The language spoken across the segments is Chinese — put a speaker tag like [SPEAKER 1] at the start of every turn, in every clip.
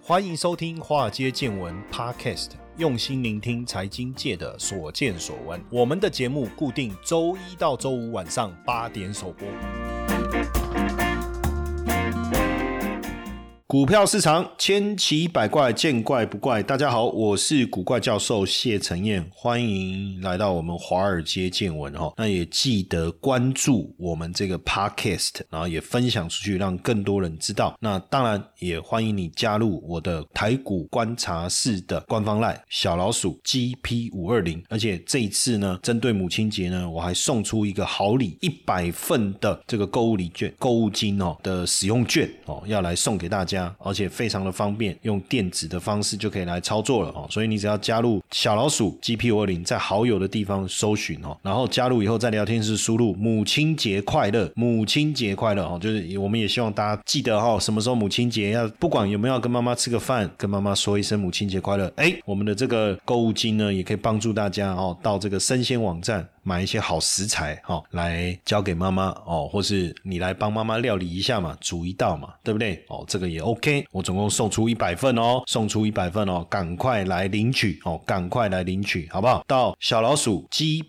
[SPEAKER 1] 欢迎收听华尔街见闻 Podcast， 用心聆听财经界的所见所闻。我们的节目固定周一到周五晚上8点首播。股票市场千奇百怪，见怪不怪。大家好，我是股怪教授谢承彦，欢迎来到我们华尔街见闻。那也记得关注我们这个 podcast， 然后也分享出去，让更多人知道。那当然也欢迎你加入我的台股观察室的官方 LINE 小老鼠 GP520， 而且这一次呢，针对母亲节呢，我还送出一个好礼，100份的这个购物礼券、购物金的使用券要来送给大家。而且非常的方便，用电子的方式就可以来操作了所以你只要加入小老鼠 GP520， 在好友的地方搜寻然后加入以后在聊天室输入母亲节快乐，母亲节快乐就是我们也希望大家记得什么时候母亲节要不管有没有要跟妈妈吃个饭，跟妈妈说一声母亲节快乐。我们的这个购物金呢，也可以帮助大家到这个生鲜网站买一些好食材来交给妈妈或是你来帮妈妈料理一下嘛，煮一道嘛，对不对这个也 OK。 我总共送出100份送出100份赶快来领取好不好？到小老鼠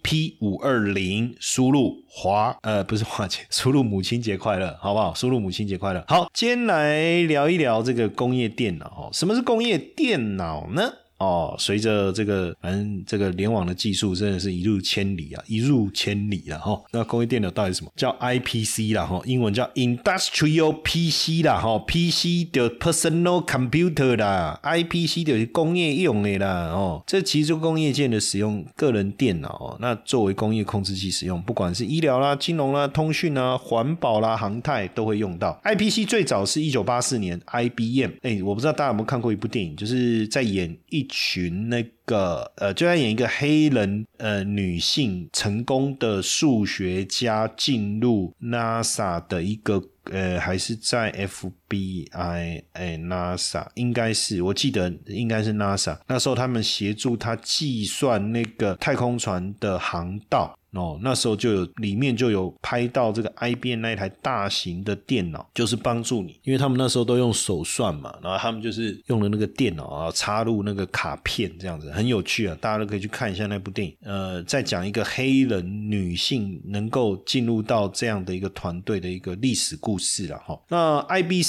[SPEAKER 1] GP520 输入输入母亲节快乐，好不好？输入母亲节快乐。好，今天来聊一聊这个工业电脑什么是工业电脑呢？随着这个反正这个联网的技术真的是一入千里啦那工业电脑到底是什么？叫 IPC 啦英文叫 Industrial PC 啦PC 的 Personal Computer 啦 IPC 就是工业用的啦这其实就工业界的使用个人电脑那作为工业控制器使用，不管是医疗啦、金融啦、通讯啦、环保啦、航太都会用到。 IPC 最早是1984年 IBM 我不知道大家有没有看过一部电影，就是在演一群就在演一个黑人女性成功的数学家进入 NASA 的一个还是在 FBI NASA 应该是，我记得应该是 NASA， 那时候他们协助他计算那个太空船的航道那时候里面就有拍到这个 IBM 那一台大型的电脑，就是帮助你，因为他们那时候都用手算嘛，然后他们就是用了那个电脑插入那个卡片这样子，很有趣大家都可以去看一下那部电影。在讲一个黑人女性能够进入到这样的一个团队的一个历史故事啦那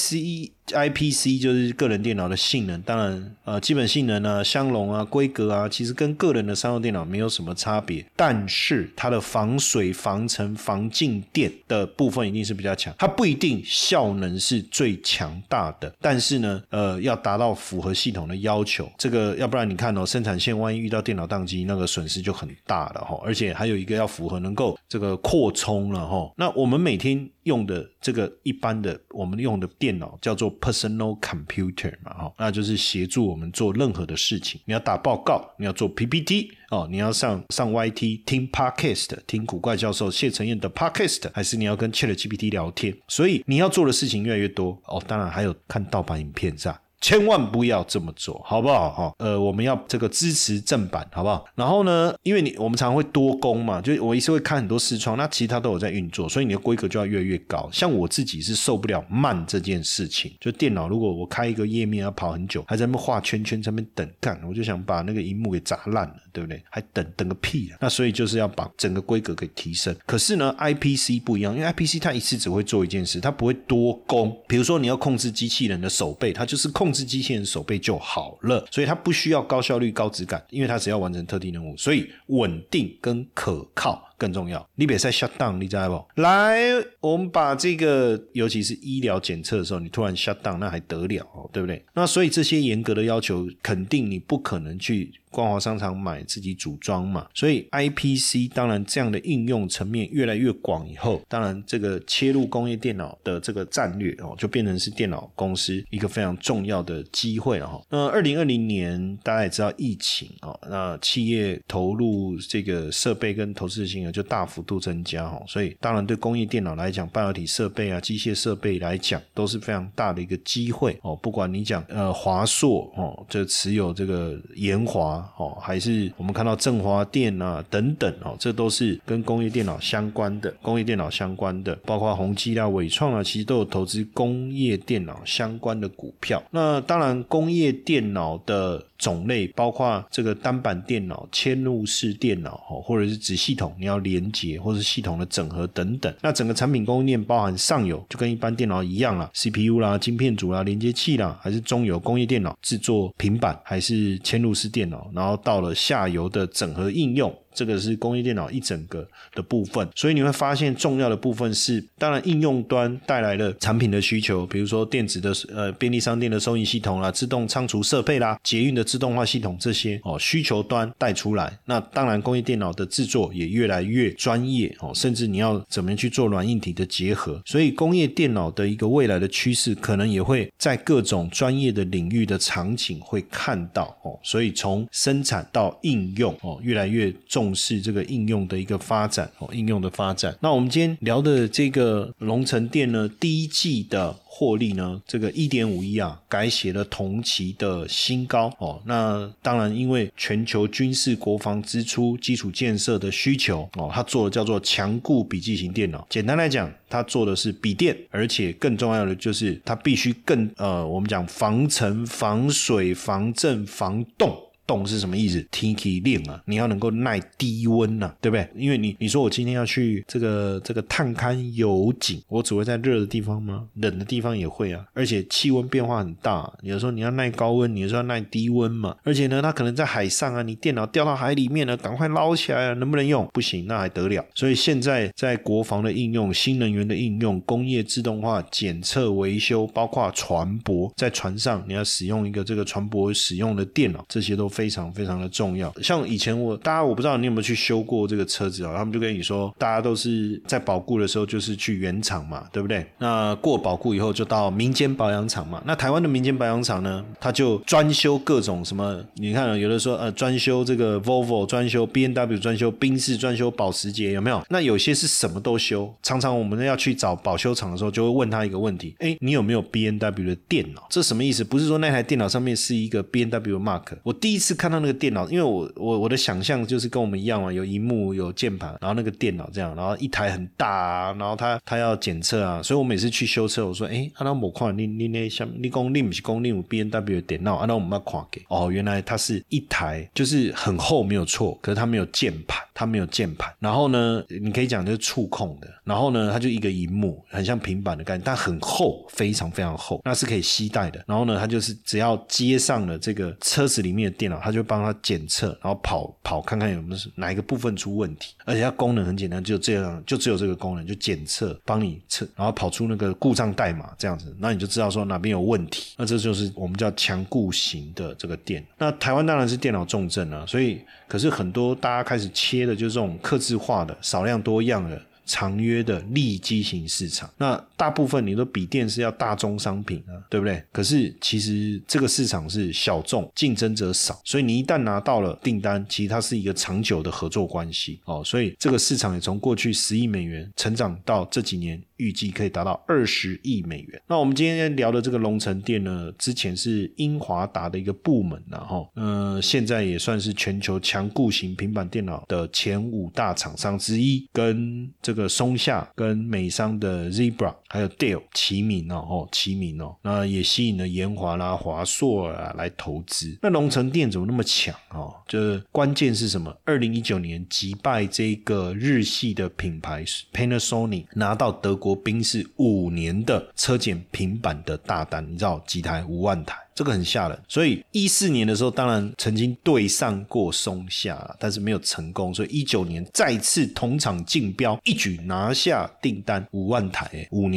[SPEAKER 1] IPC 就是个人电脑的性能，当然基本性能相容规格其实跟个人的商用电脑没有什么差别，但是它的防水、防尘、防静电的部分一定是比较强，它不一定效能是最强大的，但是呢要达到符合系统的要求，这个要不然你看生产线万一遇到电脑宕机，那个损失就很大了而且还有一个要符合能够这个扩充了那我们每天用的这个一般的我们用的电脑叫做 Personal Computer 嘛那就是协助我们做任何的事情，你要打报告，你要做 PPT你要上 YT 听 Podcast 听股怪教授谢承彦的 Podcast， 还是你要跟 ChatGPT 聊天，所以你要做的事情越来越多当然还有看盗版影片是吧，千万不要这么做好不好我们要这个支持正版好不好？然后呢，因为我们常常会多工嘛，就我一次会看很多视窗，那其实它都有在运作，所以你的规格就要越来越高。像我自己是受不了慢这件事情，就电脑如果我开一个页面要跑很久，还在那边画圈圈在那边等干，我就想把那个萤幕给砸烂了，对不对？还等个屁那所以就是要把整个规格给提升。可是呢 IPC 不一样，因为 IPC 它一次只会做一件事，它不会多工。比如说你要控制机器人的手背，它就是控制机器人手背就好了，所以它不需要高效率、高质感，因为它只要完成特定任务，所以稳定跟可靠更重要。你别再 shut down， 你知道不？来，我们把这个尤其是医疗检测的时候，你突然 shut down， 那还得了对不对？那所以这些严格的要求，肯定你不可能去光华商场买自己组装嘛，所以 IPC 当然这样的应用层面越来越广以后，当然这个切入工业电脑的这个战略就变成是电脑公司一个非常重要的机会那2020年大家也知道疫情那企业投入这个设备跟投资新额就大幅度增加所以当然对工业电脑来讲，半导体设备啊、机械设备来讲都是非常大的一个机会不管你讲华硕这持有这个研华还是我们看到振华电啊等等这都是跟工业电脑相关的，包括宏基啦、伟创啊，其实都有投资工业电脑相关的股票。那当然工业电脑的种类包括这个单板电脑、嵌入式电脑或者是子系统你要连接或是系统的整合等等。那整个产品供应链包含上游就跟一般电脑一样啦， CPU 啦、晶片组啦、连接器啦，还是中游工业电脑制作平板还是嵌入式电脑，然后到了下游的整合应用，这个是工业电脑一整个的部分。所以你会发现重要的部分是当然应用端带来了产品的需求，比如说电子的便利商店的收银系统啦、自动仓储设备啦、捷运的自动化系统，这些需求端带出来。那当然工业电脑的制作也越来越专业甚至你要怎么样去做软硬体的结合。所以工业电脑的一个未来的趋势可能也会在各种专业的领域的场景会看到所以从生产到应用越来越重视这个应用的一个发展那我们今天聊的这个龙城电呢，第一季的获利呢，这个 1.51 啊，改写了同期的新高那当然因为全球军事国防支出、基础建设的需求它做的叫做强固笔记型电脑。简单来讲，它做的是笔电，而且更重要的就是它必须更我们讲防尘、防水、防震、防冻是什么意思？天气冷啊，你要能够耐低温啊，对不对？因为你说我今天要去这个探勘油井，我只会在热的地方吗？冷的地方也会啊，而且气温变化很大，有时候你要耐高温，你有时候要耐低温嘛。而且呢，它可能在海上啊，你电脑掉到海里面了，赶快捞起来啊，能不能用？不行，那还得了。所以现在在国防的应用、新能源的应用、工业自动化、检测维修，包括船舶，在船上你要使用一个这个船舶使用的电脑，这些都非常非常的重要。像以前我不知道你有没有去修过这个车子他们就跟你说大家都是在保固的时候就是去原厂嘛，对不对？那过保固以后就到民间保养厂嘛。那台湾的民间保养厂呢，它就专修各种什么，你看有的说专修这个 Volvo， 专修 B&W， 专修宾士，专修保时捷，有没有？那有些是什么都修。常常我们要去找保修厂的时候就会问他一个问题，你有没有 B&W 的电脑？这什么意思？不是说那台电脑上面是一个 B&W mark。我第一次看到那个电脑，因为我的想象就是跟我们一样嘛，有萤幕有键盘，然后那个电脑这样，然后一台很大啊，然后他要检测啊，所以我每次去修车我说那我看你那像你说你不是说你有 B&W 的电脑那我们要看给原来它是一台就是很厚没有错，可是它没有键盘，然后呢你可以讲就是触控的，然后呢它就一个萤幕很像平板的概念，但很厚，非常非常厚，那是可以携带的。然后呢它就是只要接上了这个车子里面的电脑，它就帮它检测，然后跑看看有没有哪一个部分出问题，而且它功能很简单，就这样，就只有这个功能，就检测帮你测，然后跑出那个故障代码这样子，那你就知道说哪边有问题。那这就是我们叫强固型的这个电。那台湾当然是电脑重镇啊，所以可是很多大家开始切的就是这种客制化的少量多样的长约的利基型市场。那大部分你都笔电是要大宗商品啊，对不对？可是其实这个市场是小众，竞争者少，所以你一旦拿到了订单，其实它是一个长久的合作关系所以这个市场也从过去10亿美元成长到这几年预计可以达到20亿美元。那我们今天聊的这个龙城电呢，之前是英华达的一个部门现在也算是全球强固型平板电脑的前5大厂商之一，跟这个松下跟美商的 Zebra 还有 Dell 齐名那也吸引了研华啦、华硕啦来投资。那龙城电怎么那么强就是关键是什么？2019年击败这个日系的品牌 Panasonic， 拿到德国宾士5年的车检平板的大单，你知道几台？5万台。这个很吓人。所以14年的时候当然曾经对上过松下，但是没有成功，所以19年再次同场竞标，一举拿下订单5万台，5年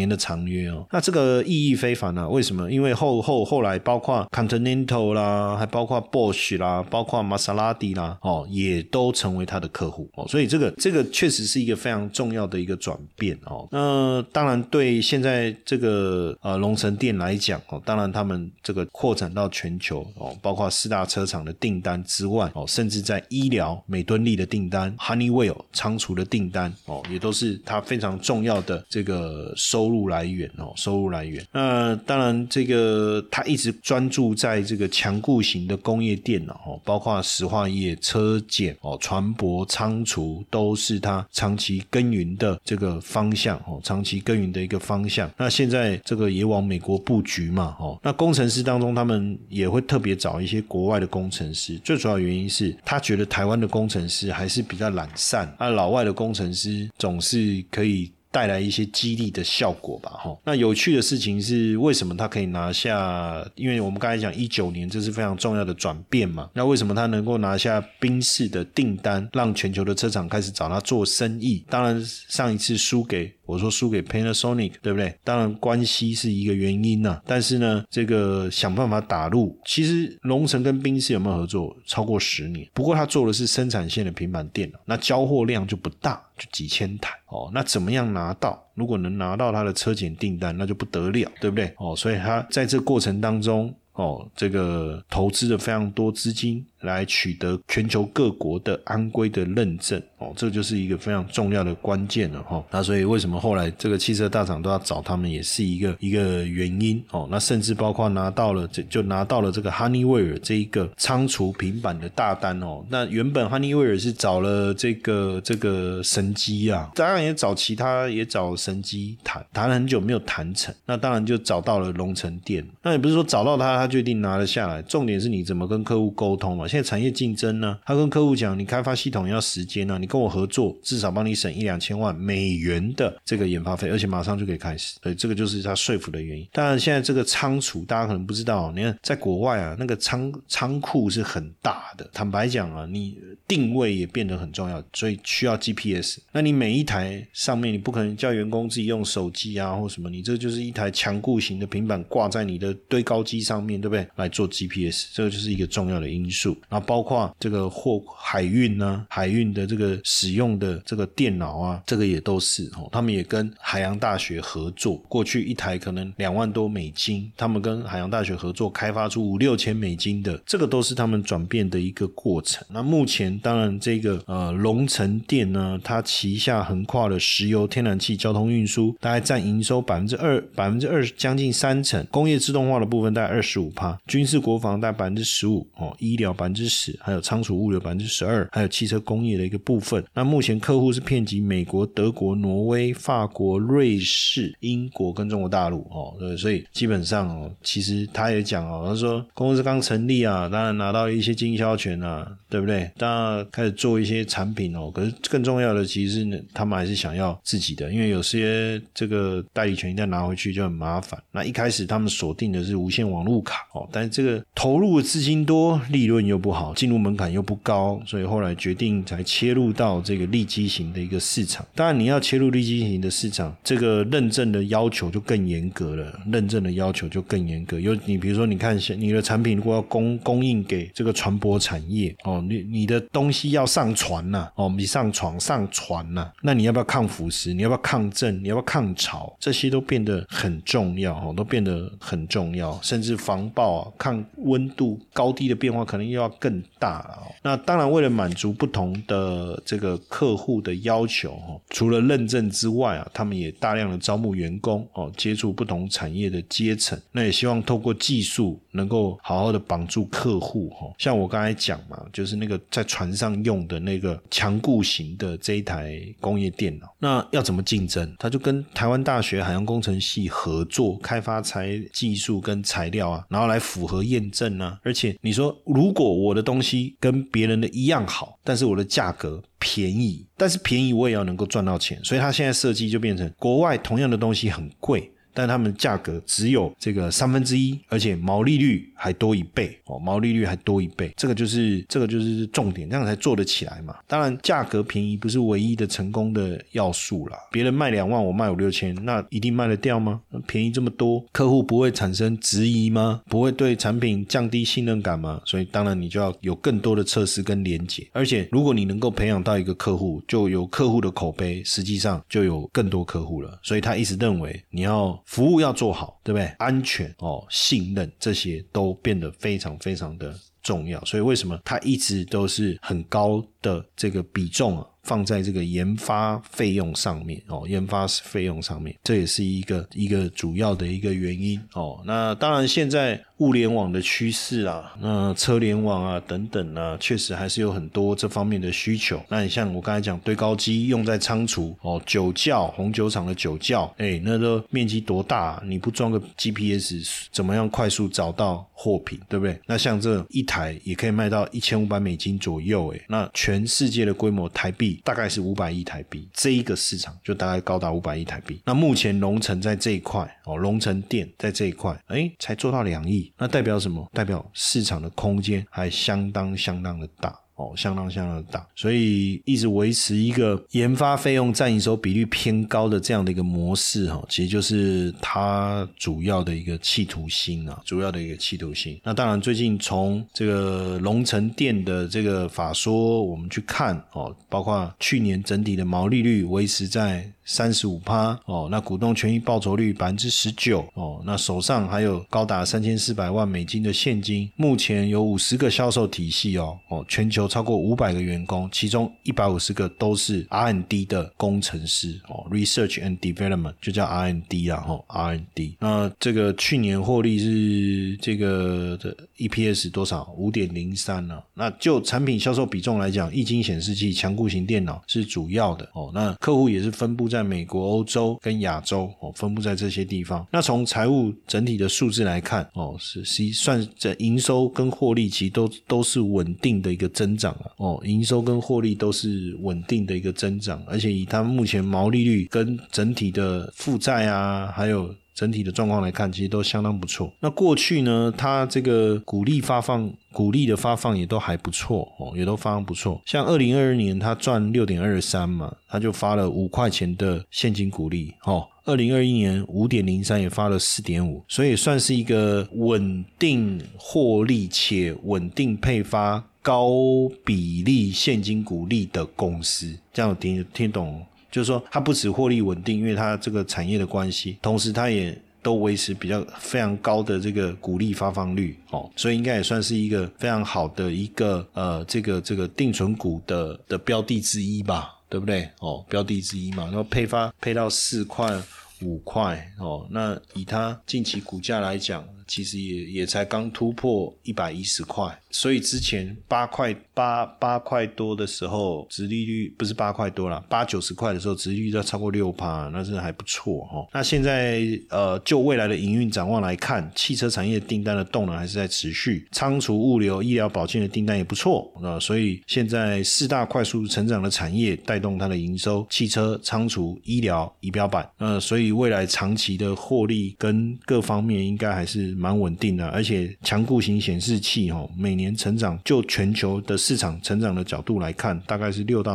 [SPEAKER 1] 年的长约哦。那这个意义非凡啊，为什么？因为后来包括 Continental 啦，还包括 Bosch 啦，包括 Maserati 啦，也都成为他的客户所以这个确实是一个非常重要的一个转变那当然对现在这个龙城店来讲当然他们这个扩展到全球包括4大车厂的订单之外甚至在医疗美敦力的订单 Honeywell 仓储的订单也都是它非常重要的这个收入来源那当然这个它一直专注在这个强固型的工业电脑包括石化业、车检船舶、仓储都是它长期耕耘的这个方向那现在这个也往美国布局嘛那工程师当中他们也会特别找一些国外的工程师，最主要原因是他觉得台湾的工程师还是比较懒散老外的工程师总是可以带来一些激励的效果吧那有趣的事情是为什么他可以拿下，因为我们刚才讲19年这是非常重要的转变嘛，那为什么他能够拿下宾士的订单，让全球的车厂开始找他做生意，当然上一次输给 Panasonic 对不对，当然关系是一个原因但是呢这个想办法打入，其实龙城跟宾士有没有合作超过10年，不过他做的是生产线的平板电脑，那交货量就不大，就几千台那怎么样拿到，如果能拿到他的车检订单那就不得了，对不对所以他在这过程当中这个投资了非常多资金来取得全球各国的安规的认证这就是一个非常重要的关键了那所以为什么后来这个汽车大厂都要找他们也是一个原因那甚至包括拿到了这个 Honeywell 这一个仓储平板的大单那原本 Honeywell 是找了这个神机当然也找其他也找神机谈了很久没有谈成，那当然就找到了龙城电，那也不是说找到他就一定拿得下来，重点是你怎么跟客户沟通嘛，现在产业竞争呢他跟客户讲你开发系统要时间你跟我合作至少帮你省1-2千万美元的这个研发费，而且马上就可以开始，所以这个就是他说服的原因。当然现在这个仓储大家可能不知道你看在国外那个仓库是很大的，坦白讲你定位也变得很重要，所以需要 GPS， 那你每一台上面你不可能叫员工自己用手机或什么，你这就是一台强固型的平板挂在你的堆高机上面，对不对，来做 GPS， 这个就是一个重要的因素。然后包括这个海运的这个使用的这个电脑这个也都是他们也跟海洋大学合作，过去一台可能2万多美金，他们跟海洋大学合作开发出5-6千美金的，这个都是他们转变的一个过程。那目前当然这个龙城电呢，它旗下横跨了石油、天然气、交通运输，大概占营收 2%将近30%，工业自动化的部分大概 25%， 军事国防大概 15%， 医疗 10%， 还有仓储物流 12%， 还有汽车工业的一个部分。那目前客户是遍及美国、德国、挪威、法国、瑞士、英国跟中国大陆对，所以基本上其实他也讲他说公司刚成立当然拿到一些经销权对不对，当然开始做一些产品可是更重要的其实是他们还是想要自己的，因为有些这个代理权一旦拿回去就很麻烦。那一开始他们锁定的是无线网路卡但是这个投入的资金多，利润又不好，进入门槛又不高，所以后来决定才切入到这个利基型的一个市场。当然你要切入利基型的市场，这个认证的要求就更严格了，你比如说你看你的产品如果要供应给这个船舶产业你的东西要上船你上船那你要不要抗腐蚀，你要不要抗震，你要不要抗潮，这些都变得很重要甚至防爆抗温度高低的变化可能又要更大了那当然为了满足不同的这个客户的要求除了认证之外他们也大量的招募员工接触不同产业的阶层，那也希望透过技术能够好好的绑住客户像我刚才讲嘛，就是那个在船上用的那个强固型的这一台工业电脑，那要怎么竞争，他就跟台湾大学海洋工程系合作开发技术跟材料然后来符合验证而且你说如果我的东西跟别人的一样好，但是我的价格便宜，但是便宜我也要能够赚到钱，所以他现在设计就变成国外同样的东西很贵， 但他们价格只有这个1/3，而且毛利率还多1倍毛利率还多1倍，这个就是重点，这样才做得起来嘛。当然价格便宜不是唯一的成功的要素啦，别人卖2万我卖5、6千，那一定卖得掉吗？便宜这么多，客户不会产生质疑吗？不会对产品降低信任感吗？所以当然你就要有更多的测试跟连结，而且如果你能够培养到一个客户，就有客户的口碑，实际上就有更多客户了。所以他一直认为你要服务要做好，对不对？安全信任这些都变得非常非常的重要，所以为什么它一直都是很高的这个比重放在这个研发费用上面研发费用上面，这也是一个主要的一个原因那当然现在物联网的趋势那车联网等等确实还是有很多这方面的需求。那你像我刚才讲堆高机用在仓储酒窖，红酒厂的酒窖那都面积多大你不装个 GPS 怎么样快速找到货品，对不对？那像这一台也可以卖到$1500左右那全世界的规模台币大概是500亿台币，这一个市场就大概高达500亿台币。那目前龙城在这一块龙城店在这一块才做到2亿，那代表什么？代表市场的空间还相当的大相当的大，所以一直维持一个研发费用占营收比率偏高的这样的一个模式其实就是它主要的一个企图心那当然最近从这个龙城店的这个法说我们去看包括去年整体的毛利率维持在35%那股东权益报酬率 19% 那手上还有高达$3400万的现金，目前有50个销售体系全球超过500个员工，其中150个都是 R&D 的工程师Research and Development 就叫 R&D R&D。 那这个去年获利是这个的 EPS 多少 5.03 那就产品销售比重来讲，液晶显示器、强固型电脑是主要的那客户也是分布在美国、欧洲跟亚洲分布在这些地方。那从财务整体的数字来看是算这营收跟获利其实都是稳定的一个增长营收跟获利都是稳定的一个增长，而且以他们目前毛利率跟整体的负债还有整体的状况来看，其实都相当不错。那过去呢，它这个股利的发放也都还不错也都发放不错。像2022年它赚 6.23 嘛，它就发了5块钱的现金股利2021年 5.03 也发了 4.5， 所以算是一个稳定获利且稳定配发高比例现金股利的公司。这样有听懂就是说它不只获利稳定，因为它这个产业的关系，同时它也都维持非常高的这个股利发放率所以应该也算是一个非常好的一个这个定存股的标的之一吧，对不对标的之一嘛，然后配到4块5块那以它近期股价来讲，其实也才刚突破110块，所以之前8块多的时候，殖利率不是8块多啦，8、90块的时候殖利率要超过 6%， 那是还不错那现在就未来的营运展望来看，汽车产业订单的动能还是在持续，仓储、物流、医疗保健的订单也不错所以现在4大快速成长的产业带动它的营收，汽车、仓储、医疗、仪表板所以未来长期的获利跟各方面应该还是蛮稳定的，而且强固型显示器每年成长，就全球的市场成长的角度来看，大概是6到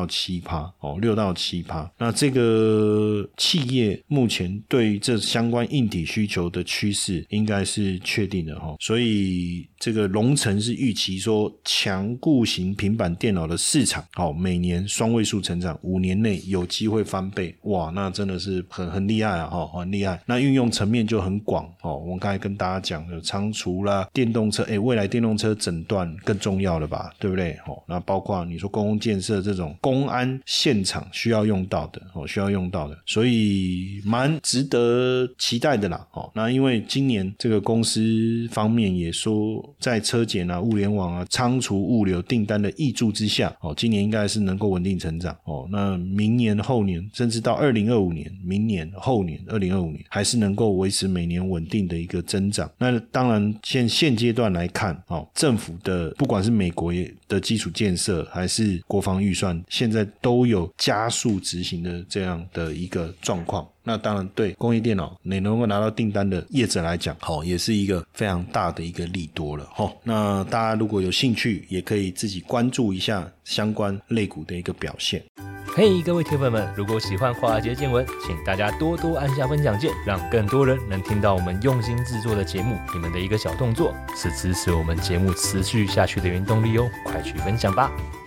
[SPEAKER 1] 7%6到7%那这个企业目前对于这相关硬体需求的趋势应该是确定的所以这个龙城是预期说强固型平板电脑的市场每年双位数成长，5年内有机会翻倍，哇，那真的是很厉害很厉害。那运用层面就很广我们刚才跟大家讲的仓储啦、电动车未来电动车诊断更重要了吧，对不对那包括你说公共建设这种公安现场需要用到的所以蛮值得期待的啦那因为今年这个公司方面也说在车检物联网仓储物流订单的挹注之下今年应该是能够稳定成长那明年后年甚至到2025年明年后年2025年还是能够维持每年稳定的一个增长那当然现阶段来看政府的不管是美国的基础建设还是国防预算，现在都有加速执行的这样的一个状况。那当然对工业电脑你能够拿到订单的业者来讲也是一个非常大的一个利多了那大家如果有兴趣也可以自己关注一下相关类股的一个表现。
[SPEAKER 2] 嘿，各位铁粉们，如果喜欢华尔街见闻，请大家多多按下分享键，让更多人能听到我们用心制作的节目。你们的一个小动作是支持我们节目持续下去的原动力哦，快去分享吧。